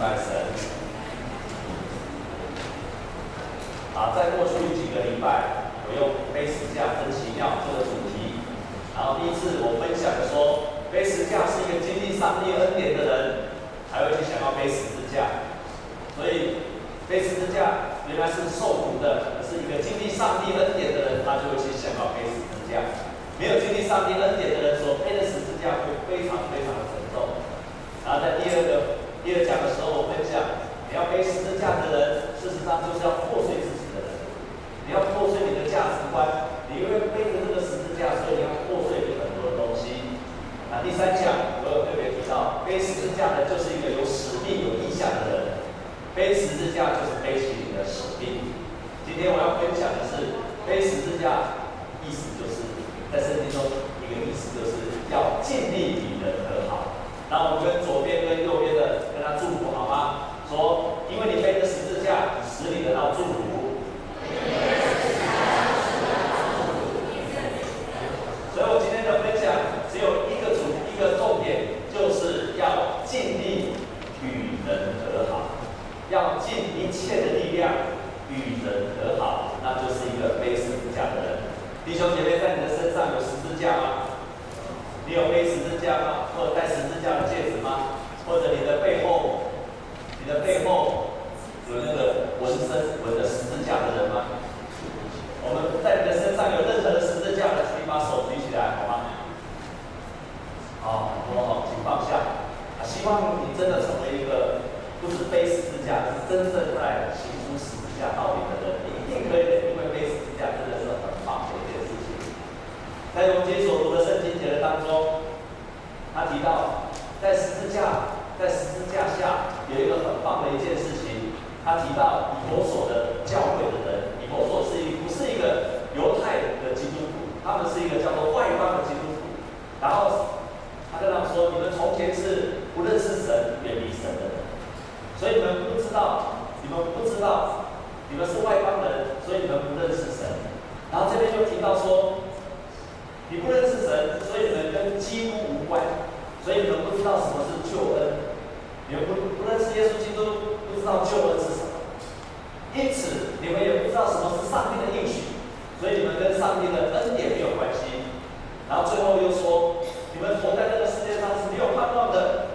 拜神。在过去几个礼拜，我用背十字架真奇妙这个主题，然后第一次我分享的说，背十字架是一个经历上帝恩典的人才会去想要背十字架，所以背十字架原来是受苦的，可是一个经历上帝恩典的人，他就会去想要背十字架。没有经历上帝恩典的人所背的十字架会非常非常的沉重。然后在第二讲的时候，我分享你要背十字架的人，事实上就是要破碎自己的人。你要破碎你的价值观，你因为背着这个十字架，所以你要破碎你很多的东西。第三讲我有特别提到，背十字架的就是一个有使命、有意向的人。背十字架就是背起你的使命。今天我要分享的是背十字架，意思就是在圣经中一个意思就是要尽力与人和好。然后我们跟左边跟右边的跟他祝福好吗？说，因为你背着十字架，使你得到祝福。所以我今天的分享只有一个重点，就是要尽力与人和好，要尽一切的力量与人和好，那就是一个背十字架的人。弟兄姐妹，在你的身上有十字架吗？你有背十字架吗？或者戴十字架的戒指吗？或者你的背后有那个纹身纹的十字架的人吗？我们在你的身上有任何的十字架的，请你把手举起来，好吗？很多请放下。希望你真的成为一个不是背十字架，是真正在行出十字架道理的人，你一定可以的，因为背十字架真的是很棒的一件事情。在我们今天所读的圣经节的当中，他提到在十字架下有一个很棒的一件事情。他提到以弗所的教会的人，以弗所不是一个犹太的基督徒，他们是一个叫做外邦的基督徒。然后他跟他们说：“你们从前是不认识神、远离神的人，所以你们不知道，你们是外邦人，所以你们不认识神。”然后这边就提到说，你不认识神，所以你们跟基督无关，所以你们不知道什么是救恩，你们不认识耶稣基督，不知道救恩是什么，因此你们也不知道什么是上帝的应许，所以你们跟上帝的恩典没有关系。然后最后又说，你们活在这个世界上是没有盼望的，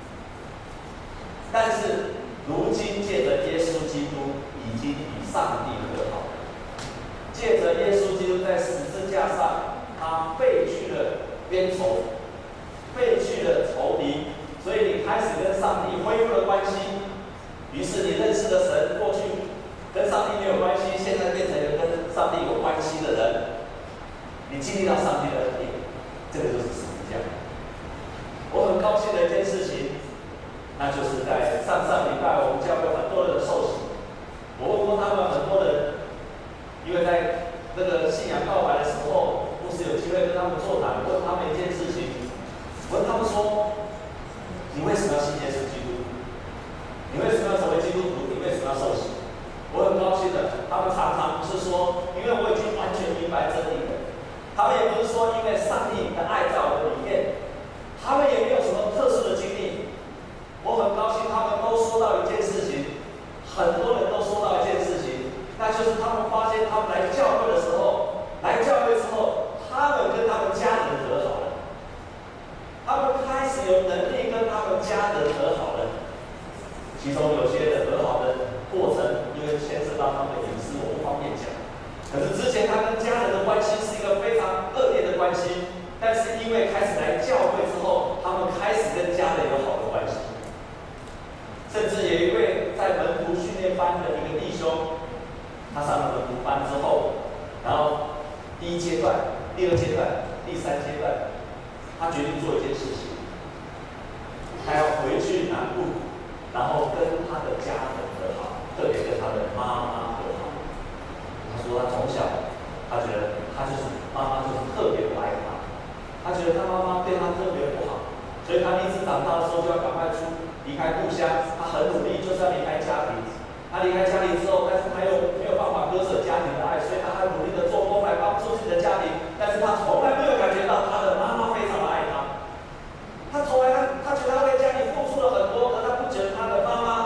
但是如今借着耶稣基督已经与上帝和好了，借着耶稣基督在十字架上，他废去了冤仇，废去了仇敌，所以你开始跟上帝恢复了关系。于是你认识了神，过去跟上帝没有关系，现在变成一个跟上帝有关系的人。你经历到上帝的恩典，这个就是十字架。我很高兴的一件事情，那就是在上礼拜我们教会很多人的受洗，我问过他们很多人，因为在那个信仰告白的时候，牧师有机会跟他们座谈，问他们一件事情，问他们说：你为什么要信耶稣基督？你为什么要成为基督徒？你为什么要受洗？我很高兴的，他们常常不是说，因为我已经完全明白真理了。他们也不是说因为上帝的爱在我的里面，他们也没有什么特殊的经历。我很高兴，他们都说到一件事情，很多人都说到一件事情，那就是他们发现他们来教会的时候，来教会之后，他们跟他们家人和好了，他们开始有能力跟他们家人和好了。其中有些的和好的过程，因为牵涉到他们的隐私，我不方便讲。可是之前他跟家人的关系是一个非常恶劣的关系，但是因为开始来教会之后，他们开始跟家人有好的关系。甚至有一位在门徒训练班的一个弟兄，他上了门徒班之后，然后第一阶段、第二阶段、第三阶段，他决定做一件事情，他要回去南部，然后跟他的家人和好，特别跟他的妈妈和好。他说他从小，他觉得他就是妈妈就是特别不爱他，他觉得他妈妈对他特别不好，所以他立志长大的时候就要赶快离开故乡，他很努力就是要离开家庭。他离开家庭之后，但是他又没有办法割舍家庭的爱，所以他很努力的做工来帮助自己的家庭，但是他从来没有感觉到他的妈妈非常的爱他。他从来他觉得他为家里付出了很多，可他不觉得他的妈妈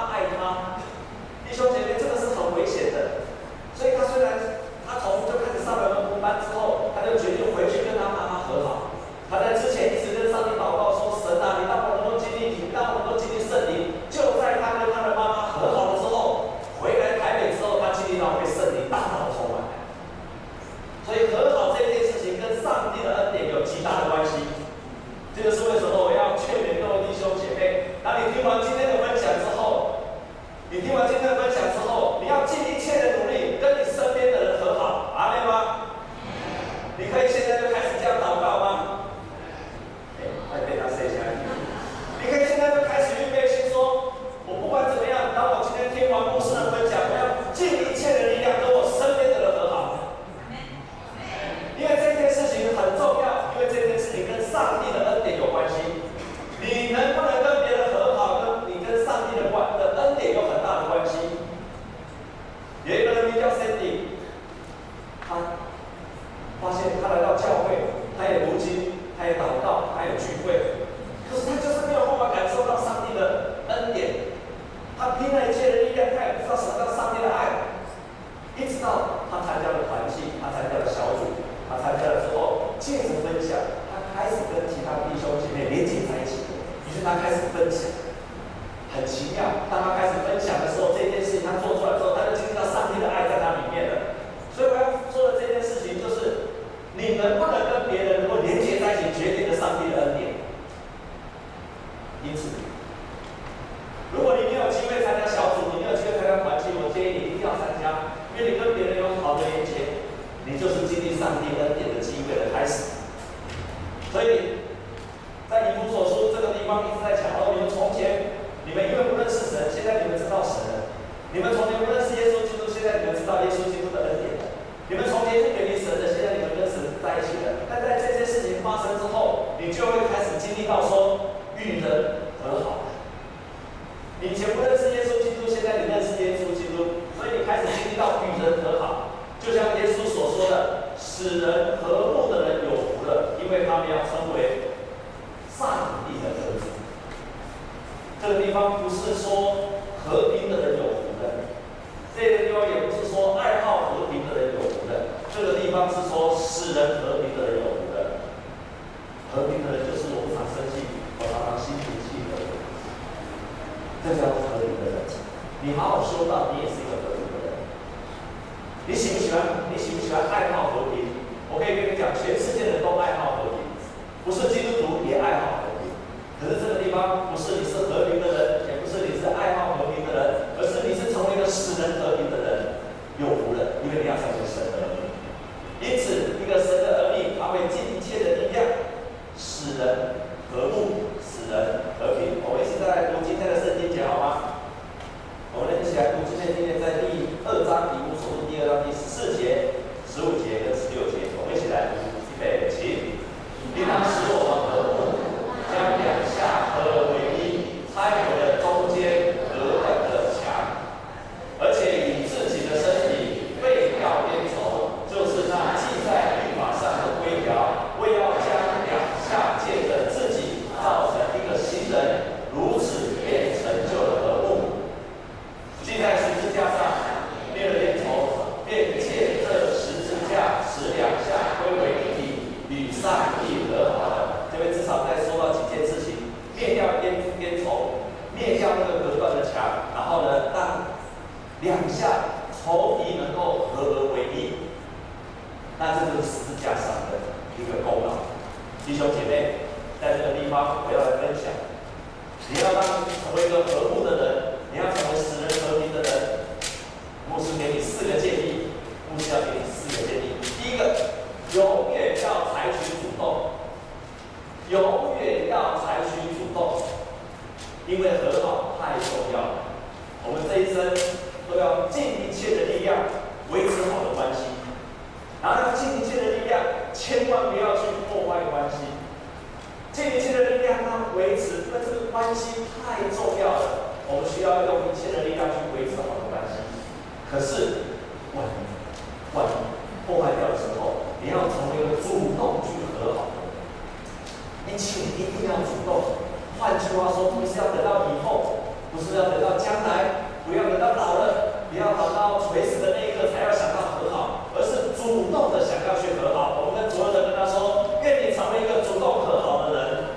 他开始分享，很奇妙。当他开始分享的时候，这件事情他做出来之后，他就经历到上帝的爱在他里面了。所以我要说的这件事情就是，你能不能跟别人能够连接在一起，决定了上帝的恩典。因此，如果你没有机会参加小组，你没有机会参加团契，我建议你一定要参加，因为你跟别人有好的连接，你就是经历上帝恩典的机会的开始。所以，在以弗所书这个地方一直在讲哦，你们从前你们因为不认识神，现在你们知道神了；你们从前不认识耶稣基督，现在你们知道耶稣基督的恩典了；你们从前是远离神的，现在你们跟神在一起了。但在这些事情发生之后，你就会开始经历到说与人和好。你以前不认识耶稣基督，现在你认识耶稣基督，所以你开始经历到与人和好。就像耶稣所说的，使人和睦的人有福了，因为他们要称为上帝的儿子。这个地方不是说和平的人有福的，这个地方也不是说爱好和平的人有福的，这个地方是说使人和平的人有福的。和平的人就是我不常生气，我常常心平气和的人，这叫和平的人。你好好修道，你也是一个和平的人。你喜不喜欢爱好和平？我可以跟你讲，全世界的人都爱好和平，不是基督徒也爱好和平。可是这个地方不是你是和平的人，也不是你是爱好和平的人，而是你是成为一个使人和平的人，有福了，因为你要成为神的儿女。因此，一个神的儿女，他会尽一切的力量，使人和睦，使人和平。我们一起再来读今天的圣经节好吗？我们一起来读今天在第2章以弗所书第2章第14节、15节跟16节，我们一起来读，预备起。应当使我们和睦，将两下合而为一，拆毁了中间隔断的墙，而且以自己的身体废掉冤仇，就是那记在律法上的规条，为要将两下借着自己造成一个新人，如此便成就了和睦。记在十字架上灭了冤仇，便借这十字架使两下归为一体，与上帝和好了。这边至少在说到几件事情：灭掉冤仇，灭掉那个隔断的墙，然后呢，让两下仇敌能够合而为一。那这就是十字架上的一个功劳。弟兄姐妹，在这个地方我要来分享，你要让成为一个和睦的人，你要成为使人和平的人。牧师给你4个建议，牧师要给你4个建议。第一个，永远要采取主动，永远要采取主动，因为和好太重要了。我们这一生都要尽一切的力量维持好的关系，然后要尽一切的力量，千万不要去破坏关系。尽一切的力量让它维持，因为这个关系太重要了，我们需要用一切的力量去维持好的关系。可是，万一破坏掉的时候，你要成为一个主动去和好的人，你请一定要主动。换句话说，不是要等到以后，不是要等到将来，不要等到老了，不要等到垂死的那一刻才要想到和好，而是主动的想要去和好。我们跟所有人跟他说，愿你成为一个主动和好的人。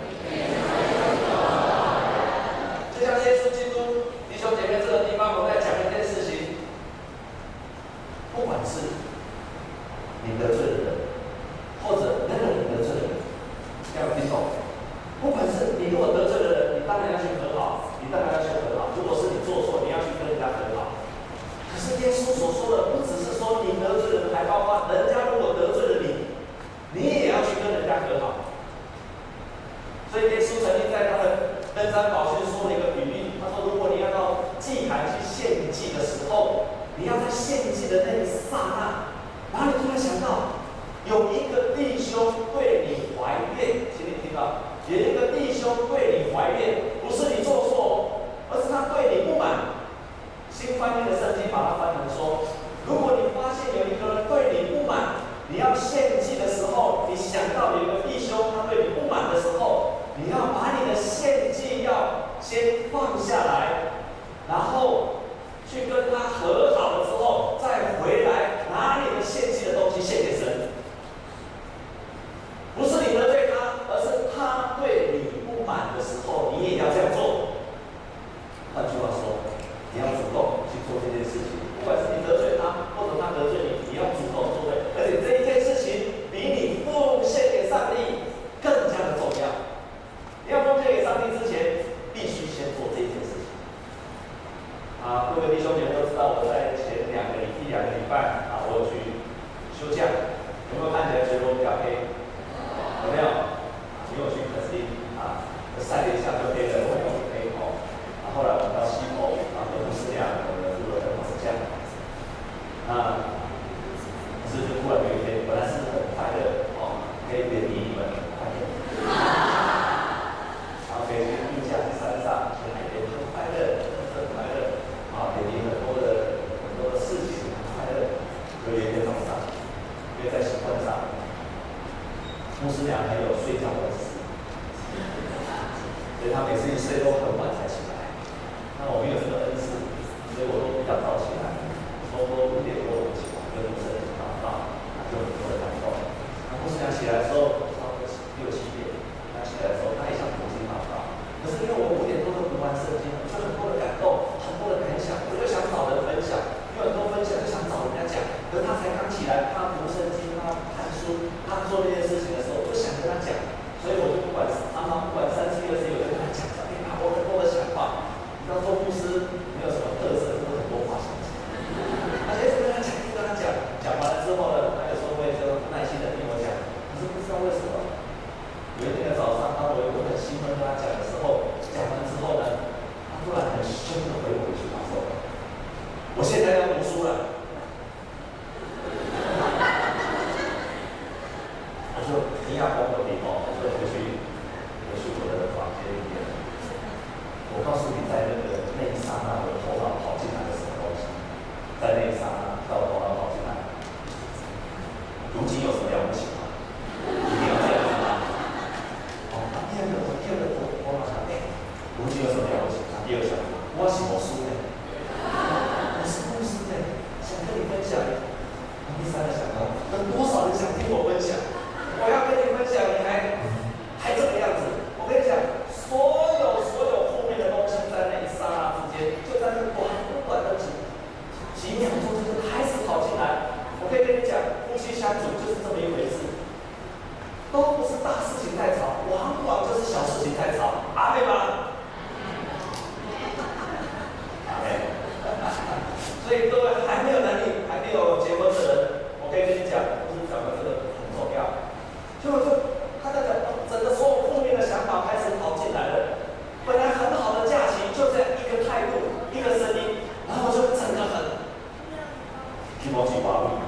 就像耶稣基督，弟兄姐妹，这个地方我在讲一件事情，不管是你得罪的人，或者那个人得罪的人，要听懂。不管是你如果得罪的人，你当然要去和好，你当然要去和好。如果是你做错，你要去跟人家和好。可是耶稣所说的，不只是说你得罪人，还包括人家如果得罪了你，你也要去跟人家和好。所以耶稣曾经在他的登山宝训说了一个比喻，他说：如果你要到祭坛去献祭的时候，你要在献祭的那一刹那，然后你突然想到，有一个弟兄对你怀怨，请你听到。有一个弟兄对你怀怨，不是你做错，而是他对你不满。新翻译的圣经把它翻成说：如果你发现有一个人对你不满，你要献祭的时候，你想到有一个弟兄他对你不满的时候，你要把你的献祭要先放下来，然后去跟他和好了之后，再回来拿你的献祭的东西献给神。不是你得罪他，而是他对你不满的时候，你也要些都很晚才起来。那我们有这个恩赐，所以我都比较早起来，差不多5点多起来，跟牧师祷告，就很多的感动。那牧师娘起来的时候，差不多6、7点，他起来的时候，他也想读经祷告。可是因为我5点多都读完圣经，就很多的感动，很多的感想，我就想找人分享，因为很多分享就想找人家讲。可是他才刚起来，他读圣经，他看书，他做这件事情的时候，我就想跟他讲，所以我就不管3、4、6、7、我就跟他讲，我很多的想法。你知道做牧师没有什么特色，就是很多话想讲。而且跟他讲，讲完了之后呢，他有时候会就耐心的听我讲，可是不知道为什么。有一天的早上，当我很兴奋跟他讲的时候，讲完之后呢，他突然很凶的回我一句话说：“我现在要读书了。”我说：“你要帮我领哦。”我说：“回去我的房间里面。我告诉你，在那一刹那，我的头脑跑进来了什么东西？在那一刹那，在我头脑跑进来，读经有什么了不起吗？一定要这样子吗？第二个我马上读经有什么了不起？第二想，我是牧师呢，我是牧师呢，想跟你分享。第三个想到，有多少人想听我分享？我要跟你分享，你还这个样子？我跟你讲，所有后面的东西，在那一刹那之间，就在那短的几秒钟，就开始跑进来。我可以跟你讲，夫妻相处就是这么一回事。都不是大事情在吵，往往就是小事情在吵。阿妹吗？阿妹。所以各位还没有男女、还没有结婚的人，我可以跟你讲，不是讲的这个很重要。就他在讲，整个所有负面的想法开始跑进来了。本来很好的假期，就这样一个态度、一个声音，然后就整个很皮毛起花蜜。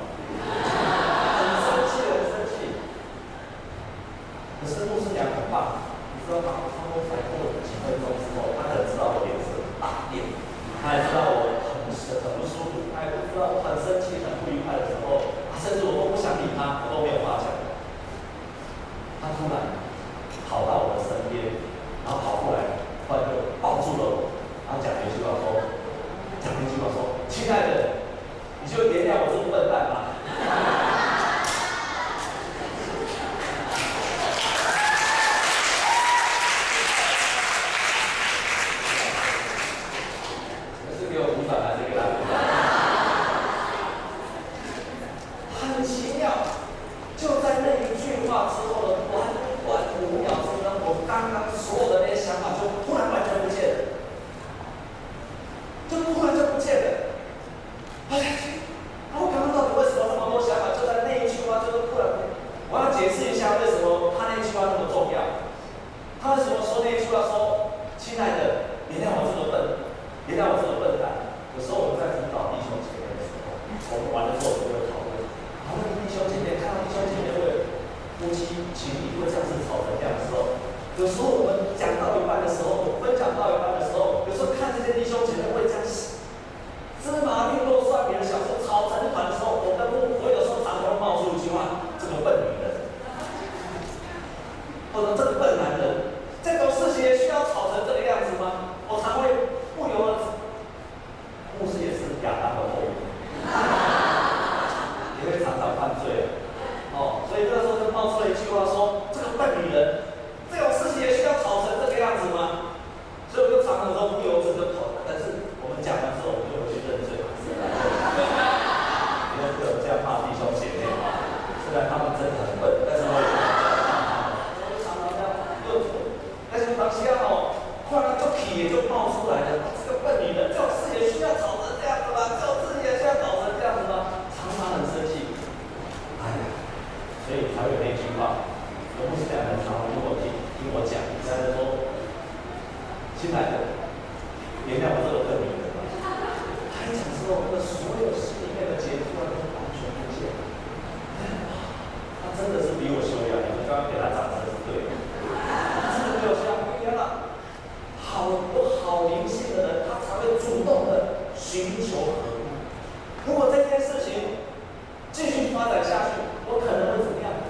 可是牧师娘很棒，你知道吗？差不多才过几分钟之后，他可能知道我脸色大变，他还知道我很不舒服，他还知道我很生气、很不愉快的时候，甚至我都不想理他，我都没有话讲。他突然跑到我的身边，然后跑过来，突然就抱住了我，然后讲了一句话说：“亲爱的，你就原谅我这个笨蛋吧。”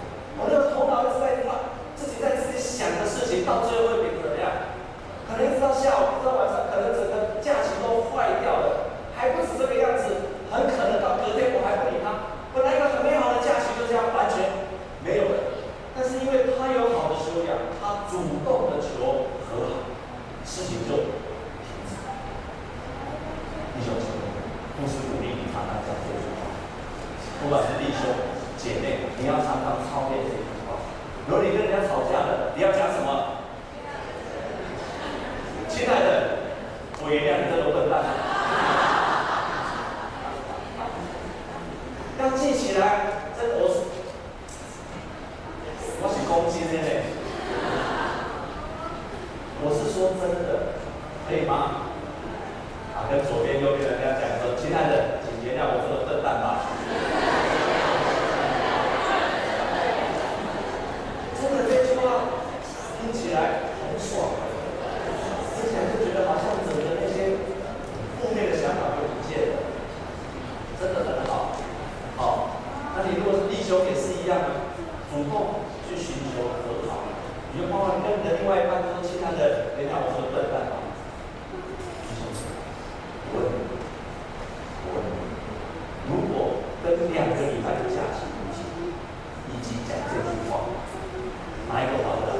到最后会变成怎样？可能一直到不管是弟兄姐妹，你要常常操练这句话。如果你跟人家吵架了，你要讲什么？亲爱的，我原谅你这个笨蛋。要记起来，这我是攻击的嘞。我是说真的，可以吗？啊，跟左边、右边的人家讲说，亲爱的，请原谅我这个笨蛋吧。真的这句话听起来很爽，听起来就觉得好像整个那些负面的想法就不见了，真的很好。好，那你如果是弟兄也是一样的，主动去寻求和好。你就包括跟你的另外一半说，亲爱的，原谅我这个笨蛋吧。我问你，如果跟2个礼拜的假期以及讲这句话，哪一个划得来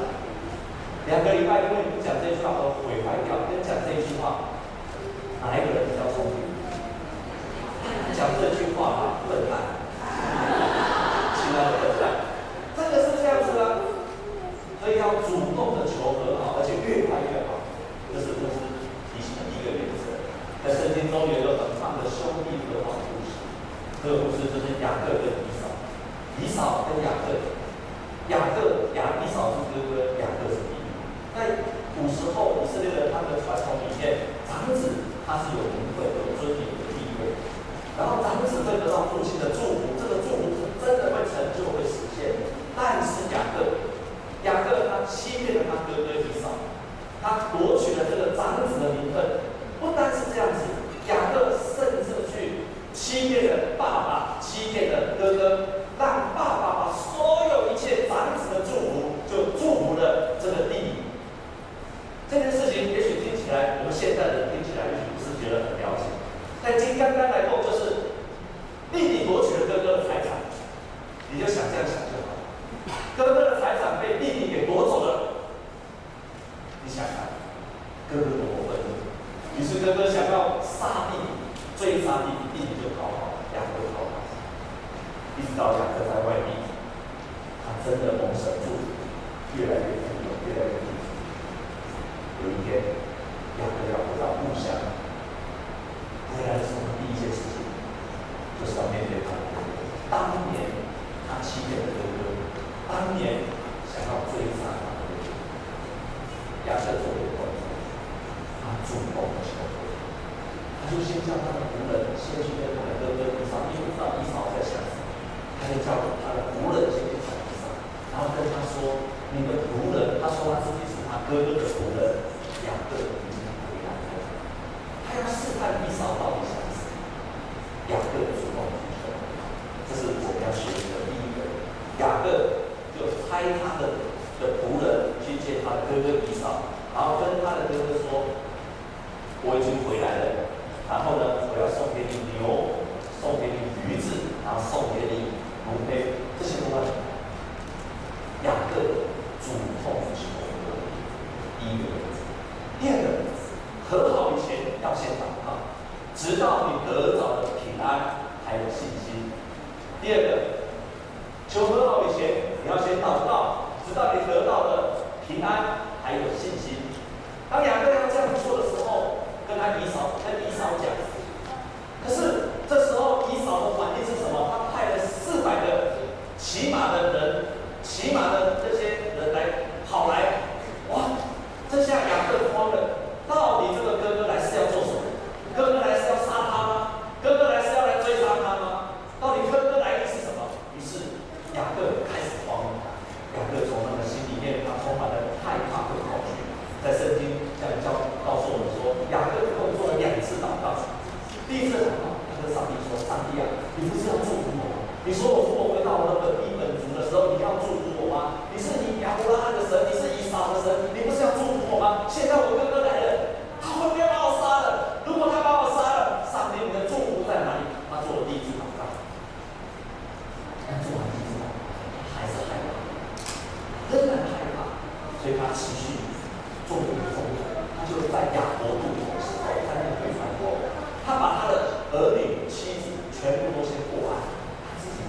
？2个礼拜因为你不讲这句话而毁坏掉，跟讲这句话，哪一个人比较聪明？讲这句话啊，笨蛋，亲爱的笨蛋，真的是这样子啊。所以要主动的求和好，而且越快越好，这是牧师提醒的第一个原则。在圣经中有一个很棒的兄弟和好的故事，这个故事就是雅各跟以扫，以扫跟雅各，以扫是哥哥，雅各是弟弟。在古时候以色列人他们的传统里面，长子他是有名分、有尊严、有地位，然后长子会得到父亲的祝福，这个祝福是真的会成就、会实现的。但是雅各他欺骗了他哥哥以扫，他夺取了这个长子的名分。不单是这样子，雅各甚至去欺骗了爸爸，欺骗了哥哥，让爸爸把所有一切长子的祝福就祝福了这个弟弟。这件事情也许听起来，我们现在人听起来也许不是觉得很了解，但经刚刚来过，就是弟弟夺取了哥哥的财产，你就想这样想就好。哥哥的财产被弟弟给夺走了，你想看，哥哥多么愤怒。于是哥哥想要杀弟弟，追杀弟弟，弟弟就逃跑，雅各逃跑，一直到雅各在外地，他真的蒙神祝福，越来越富有，越来越富足。有一天，雅各要回到故乡，回来的时候，第一件事情就是要面对他的哥哥。当年他欺骗了哥哥，当年想要追杀他的哥哥，雅各做了一个动作，他主动的求和，他就先叫他的仆人先去跟他的哥哥以扫，因为不知道以扫在想什么，他就叫他的仆人先去找以扫，然后跟他说：“你的仆人，他说他自己是他哥哥的仆人，雅各已经回来了。”他要试探以扫到底想什么。雅各主动去求，这是我们要学习的第一个。雅各就差他的仆人去见他的哥哥以扫，然后跟他的哥哥说：“我已经回来了，然后呢，我要送给你牛，送给你驴子，然后送给你奴婢，这些都要你。”雅各主动求和，第一个原则。第二个，和好以前要先祷告，直到你得着的平安还有信心。第二个，求和好以前你要先祷告，直到你得到的平安还有信心。当雅各要这样做的时候，跟以扫讲，可是这时候以扫的反应是什么？他派了400个骑马的这些人来跑来，哇！这下雅各慌了，到底这个哥哥来是要做什么？哥哥来是要杀他吗？哥哥来是要来追杀他吗？到底哥哥来意是什么？于是雅各开始慌了，雅各从他的心里面，他充满了害怕和恐惧。在圣经这样告诉我们说，雅各一共做了2次祷告。第一次祷告，他跟上帝说：“上帝啊，你不是要祝福我吗？你说我回到我的本地本族的时候，你要祝福我吗？你是亚伯拉罕的神，你是以扫的神，你不是要祝福我吗？现在我哥哥来了，他会不要把我杀了？如果他把我杀了，上帝你的祝福在哪里？”他做了第一次祷告，但做完第一次祷告，还是害怕，仍然害怕，所以他持续做了一个动作，他就在雅博渡口的时候，在那个对船后，他把他的儿女、妻子全部都先过岸，他自己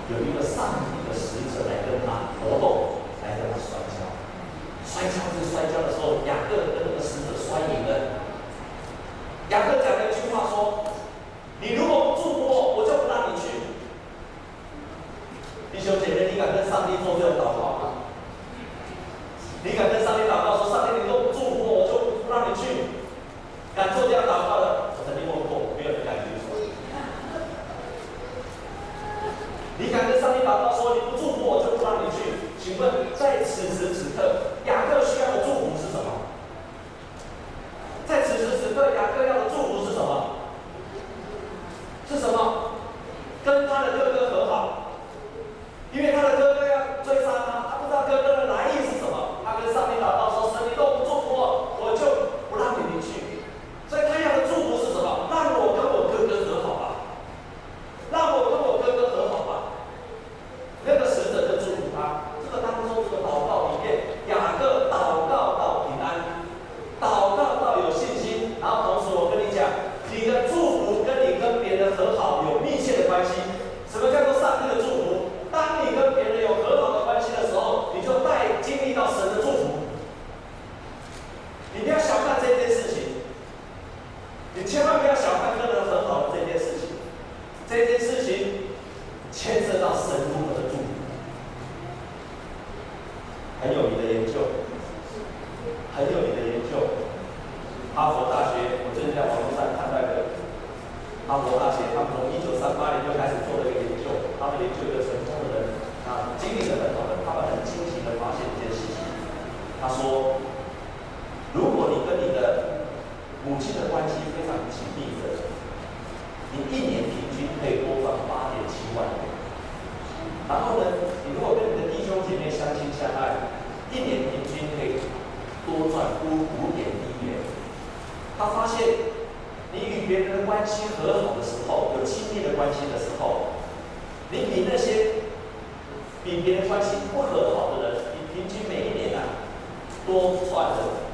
有一个上帝的使者来跟他搏斗，来跟他摔跤。摔跤的时候，雅各跟那个使者摔赢了。雅各讲了一句话说：“你如果不祝福我，我就不让你去。”弟兄姐妹，你敢跟上帝做这种祷告吗？你敢跟上帝祷告说：“上帝，你都不祝福我，我就不让你去。”敢做这样祷告的，我曾经问过，没有人敢举手。你敢跟上帝祷告说：“你不祝福我，就不让你去。”请问，在此时此刻，雅各需要的祝福是什么？在此时此刻，雅各要的祝福是什么？是什么？跟他的哥哥和好，因为他的哥哥要追杀他，他不知道哥哥的来意是什么。他跟上帝祷告说：“神，你都不祝福我，我就不让你离去。”所以他要的祝福是什么？让我跟我哥哥和好吧，让我跟我哥哥和好吧。那个使者就祝福他。这个当中，这个祷告里面，雅各祷告到平安，祷告到有信心，然后同时我跟你讲，你的祝福跟你跟别人和好有密切的关系。什么叫做上帝的祝福？当你跟别人有和好的关系的时候，你就经历到神的祝福。你不要小看这件事情，你千万不要小看跟人和好的这件事情。这件事情牵涉到神如何的祝福。很有名的研究，哈佛大学，我最近在网络上看到一个哈佛大学，他们从1938年就开始做了一个研究，他们研究一个成功的人，经历了很多人，他们很惊奇的发现一件事情。他说，如果你跟你的母亲的关系非常紧密的，你一年平均可以多赚8.7万元。然后呢，你如果跟你的弟兄姐妹相亲相爱，一年平均可以多赚5.1元。他发现，你与别人的关系和好的时候，有亲密的关系的时候，你比那些比别人关系不和好的人，你平均每一年多赚了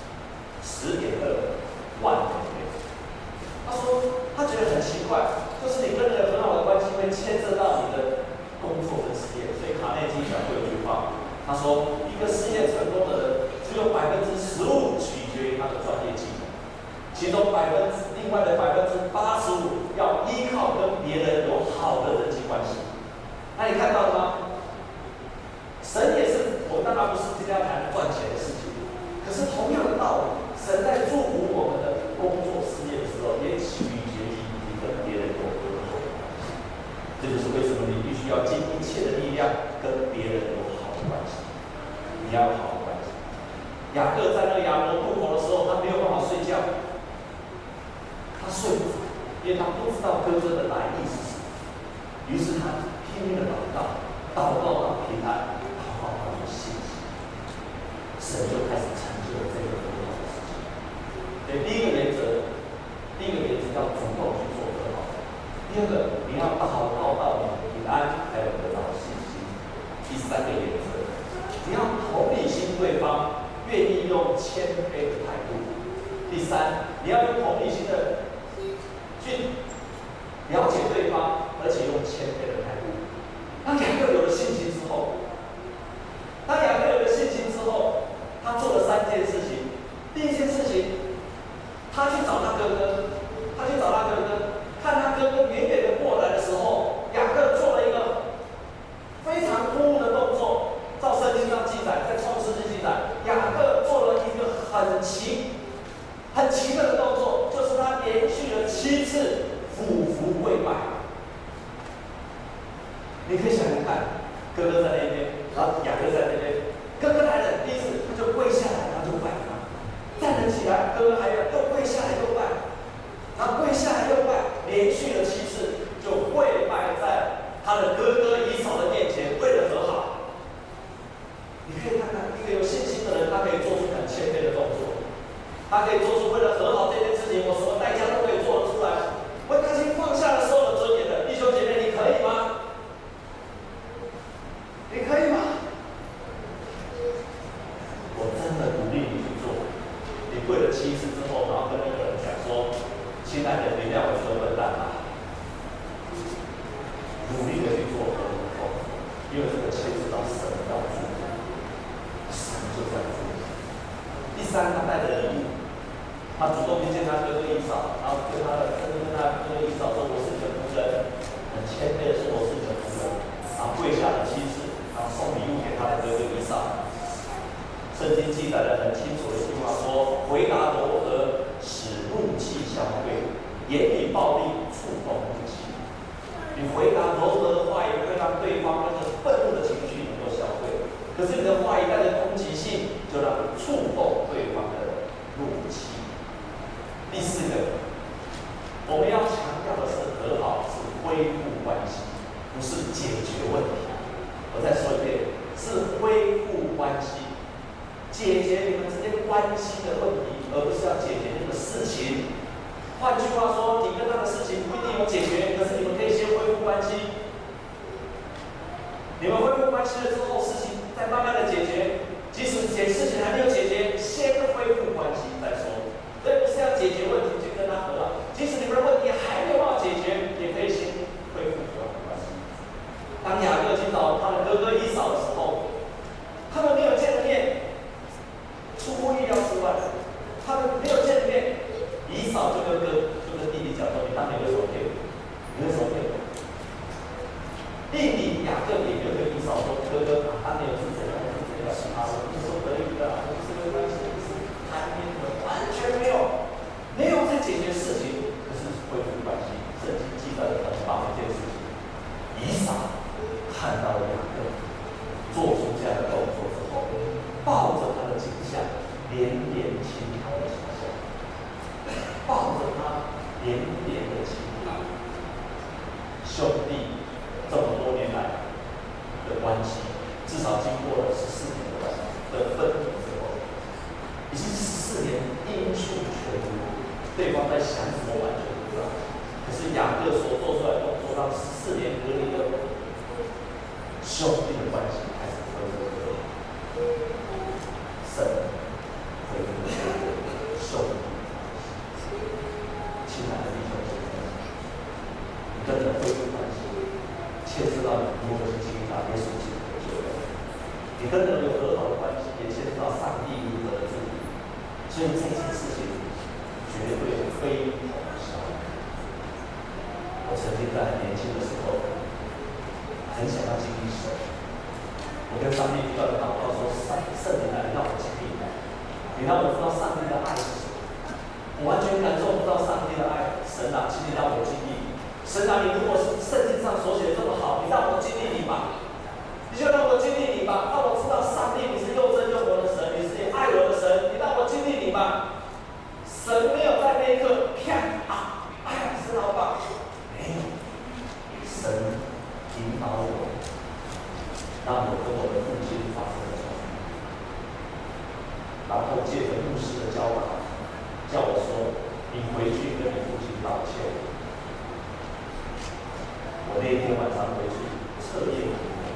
10.2万美元。他说，他觉得很奇怪，就是你跟人很好的关系会牵涉到你的工作跟事业。所以卡内基讲过一句话，他说，一个事业成功的人，只有15%取决于他的专业技能。其中另外的85%要依靠跟别人有好的人际关系。那你看到了吗？神也是，我当然不是今天要谈赚钱的事情，可是同样的道理，神在祝福我们的工作事业的时候，也取决于你跟别人有合作。这就是为什么你必须要尽一切的力量跟别人有好的关系，你要有好的关系。雅各在那个亚伯渡口的时候，他没有办法睡觉。他睡不着，因为他不知道哥哥的来意是什么。于是他拼命的祷告，祷告到平安，祷告到有信心，神就开始成就了这个很好的事情。所以第一个原则要主动去做很好。第二个，你要祷告到你平安，还有得到信心。第三个原则，你要同理心对方，愿意用谦卑的态度。第三，你要用同理心的去了解对方，而且用谦卑的态度。当雅各有了信心之后，他做了3件事情。第一件事情，他去找他哥哥，看他哥哥远远的过来的时候，雅各做了一个非常突兀的动作。照圣经上记载，在创世纪记载，雅各做了一个很奇特的动作，就是他连续了7次俯伏跪拜。你可以想想看，哥哥在那边，然后雅各在那边，哥哥来了，第一次他就跪下来，然后就拜他，站了起来，哥哥还要又跪下来又拜，然后跪下来又拜，连续了7次，就跪拜在他的哥哥以扫的面前，为了和好。你可以看看，一个有信心的人，他可以做出很谦卑的动作，他可以做出为了和好这件事情，我什么代价都可以做得出来。我甘心放下了所有的尊严的弟兄姐妹，你可以吗？你可以吗？我真的鼓励你去做。你跪了7次之后，然后跟那个人讲说：“亲爱的，原谅我这个笨蛋吧。 因为这个牵涉到神的要主，神就这样做。第三，他带着礼物，他主动去见他哥哥以扫，然后跟他哥哥以扫说：“我是你的仆人。”很谦卑的说：“我是你的仆人。”然后跪下了7次，然后送礼物给他的哥哥以扫。圣经记载的很清楚的一句话说：“回答柔和，使怒气消退；言语暴力，触动怒气。”你回答柔和的话语，会让对方那个愤怒的情绪能够消退；可是你的话语带着攻击性，就让你触动对方的怒气。第4个，我们要强调的是和好，是恢复关系，不是解决问题。我再说一遍，是恢复关系。解决你们之间关系的问题，而不是要解决那个事情。换句话说，你跟他的事情不一定有解决，可是你们可以先恢复关系。你们恢复关系了之后，事情再慢慢的解决。即使事情还没有解决，先恢复关系再说。所以不是要解决问题去跟他和好，即使你们的问题还没有办法解决，也可以先恢复和好关系。当雅各去找他的哥哥以扫的时候，他们没有见了面。出乎意料之外，他们没有见面，以扫就跟弟弟讲说：“你当年为什么骗我？你为什么骗我？”弟弟雅各也就跟以扫说：“哥哥，当年是怎样啊？我不是说得意的，我不是为关系，不是贪恋的，完全没有在解决事情，可是恢复关系。圣经记载的很棒的一件事情，以扫看到雅各做出这样的动作之后，抱着他的颈项，连连亲他的颈项，抱着他连连的亲他。兄弟这么多年来的关系，至少经过了14年的分离之后，已经14年阴处全无，对方在想什么完全不知道。可是雅各所做出来的动作，让14年隔离的兄弟的关系开始恢复和好。神恢复兄弟关系。亲爱的弟兄姐妹，你跟人恢复关系，牵涉到你如何去经历到耶稣基督的救恩。你跟人有和好的关系，也牵涉到上帝如何的治理。所以这件事情绝对非同小可。我曾经在很年轻的时候，很想要经历神。我跟上帝不断的祷告说：“圣灵来，让我经历，你让我知道上帝的爱是什么。我完全感受不到上帝的爱，神啊，请你让我经历。神啊，你如果是圣经上所写的这么好，你让我经历你吧，你就让我经历你吧，让我知道上帝你是又真又活的神，你是爱我的神，你让我经历你吧。”神没有在那一刻啪啊，哎呀，神好棒，没有，神引导我。让我跟我的父亲发生了冲突，然后借着牧师的教导，叫我说：“你回去跟你父亲道歉。”我那一天晚上回去彻夜无眠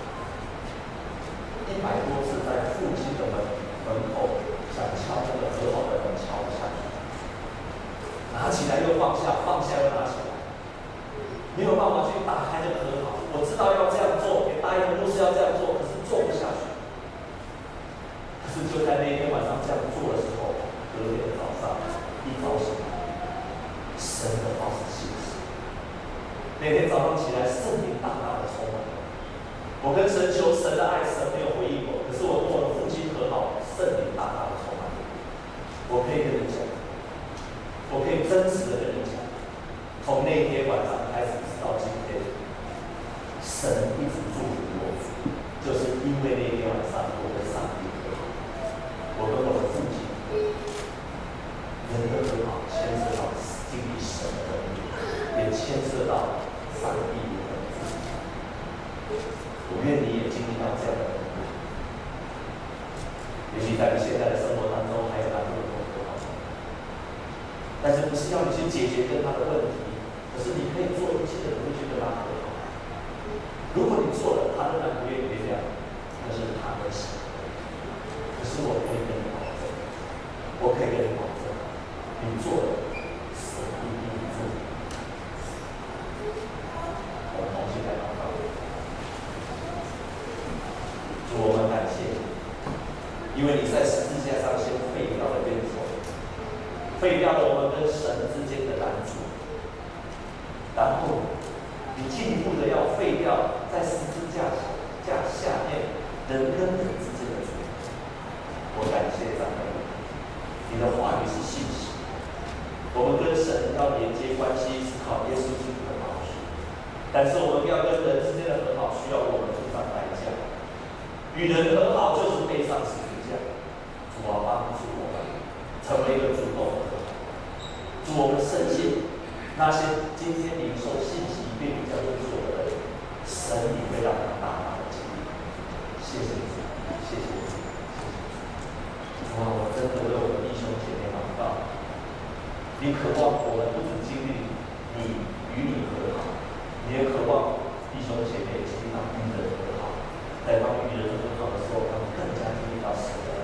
，100多次在父亲的门口想敲那个和好的门，敲不下去，拿起来又放下，放下又拿起来。没有办法去打开这个和好，我知道要这样做，也答应牧师要这样做，可是做不下去。可是就在那一天晚上这样做的时候，隔天早上一早醒来，神的话是信实。那天早上起来，圣灵大大的充满我。我跟神求神的爱，神没有回应我，可是我跟我的父亲和好，圣灵大大的充满我。我可以跟你讲，我可以真实的跟你讲。从那天晚上开始直到今天，神一直祝福我，就是因为那天晚上我跟上帝和好，我跟我的父亲人的和好，牵涉到经历神的恩典，也牵涉到上帝如何的治理。我愿你也经历到这样的恩典。也许在你现在的生活当中，还有很多和好，但是不是要你去解决跟他的问题？可是你可以做一切的努力去跟他和好。如果你做了，他仍然不愿意原谅，那是他的事。可是我可以跟你保证，我可以跟你保证，你做了，神一定做。我们同心来祷告。 因为你在十字架上先废掉了冤仇，废掉了我们跟神之间的拦阻，然后你进一步的要废掉在十字架下面人跟人之间的阻隔。我感谢赞美你的话语是信息，我们跟神要连接关系是靠耶稣基督的宝血，但是我们要跟人之间的和好，需要我们付上代价。与人和好就是背上十字架。主啊，帮助我们成为一个主动的和好。主，我们深信那些今天领受信息并比较优秀的人，神你会让他大大的经历。谢谢主，谢谢主，谢谢主。主啊，我真的为我的弟兄姐妹祷告，你渴望我们不只经历你与你和好，你也渴望弟兄姐妹经历到与人和好。在当与人和好的时候，他们更加经历到神的恩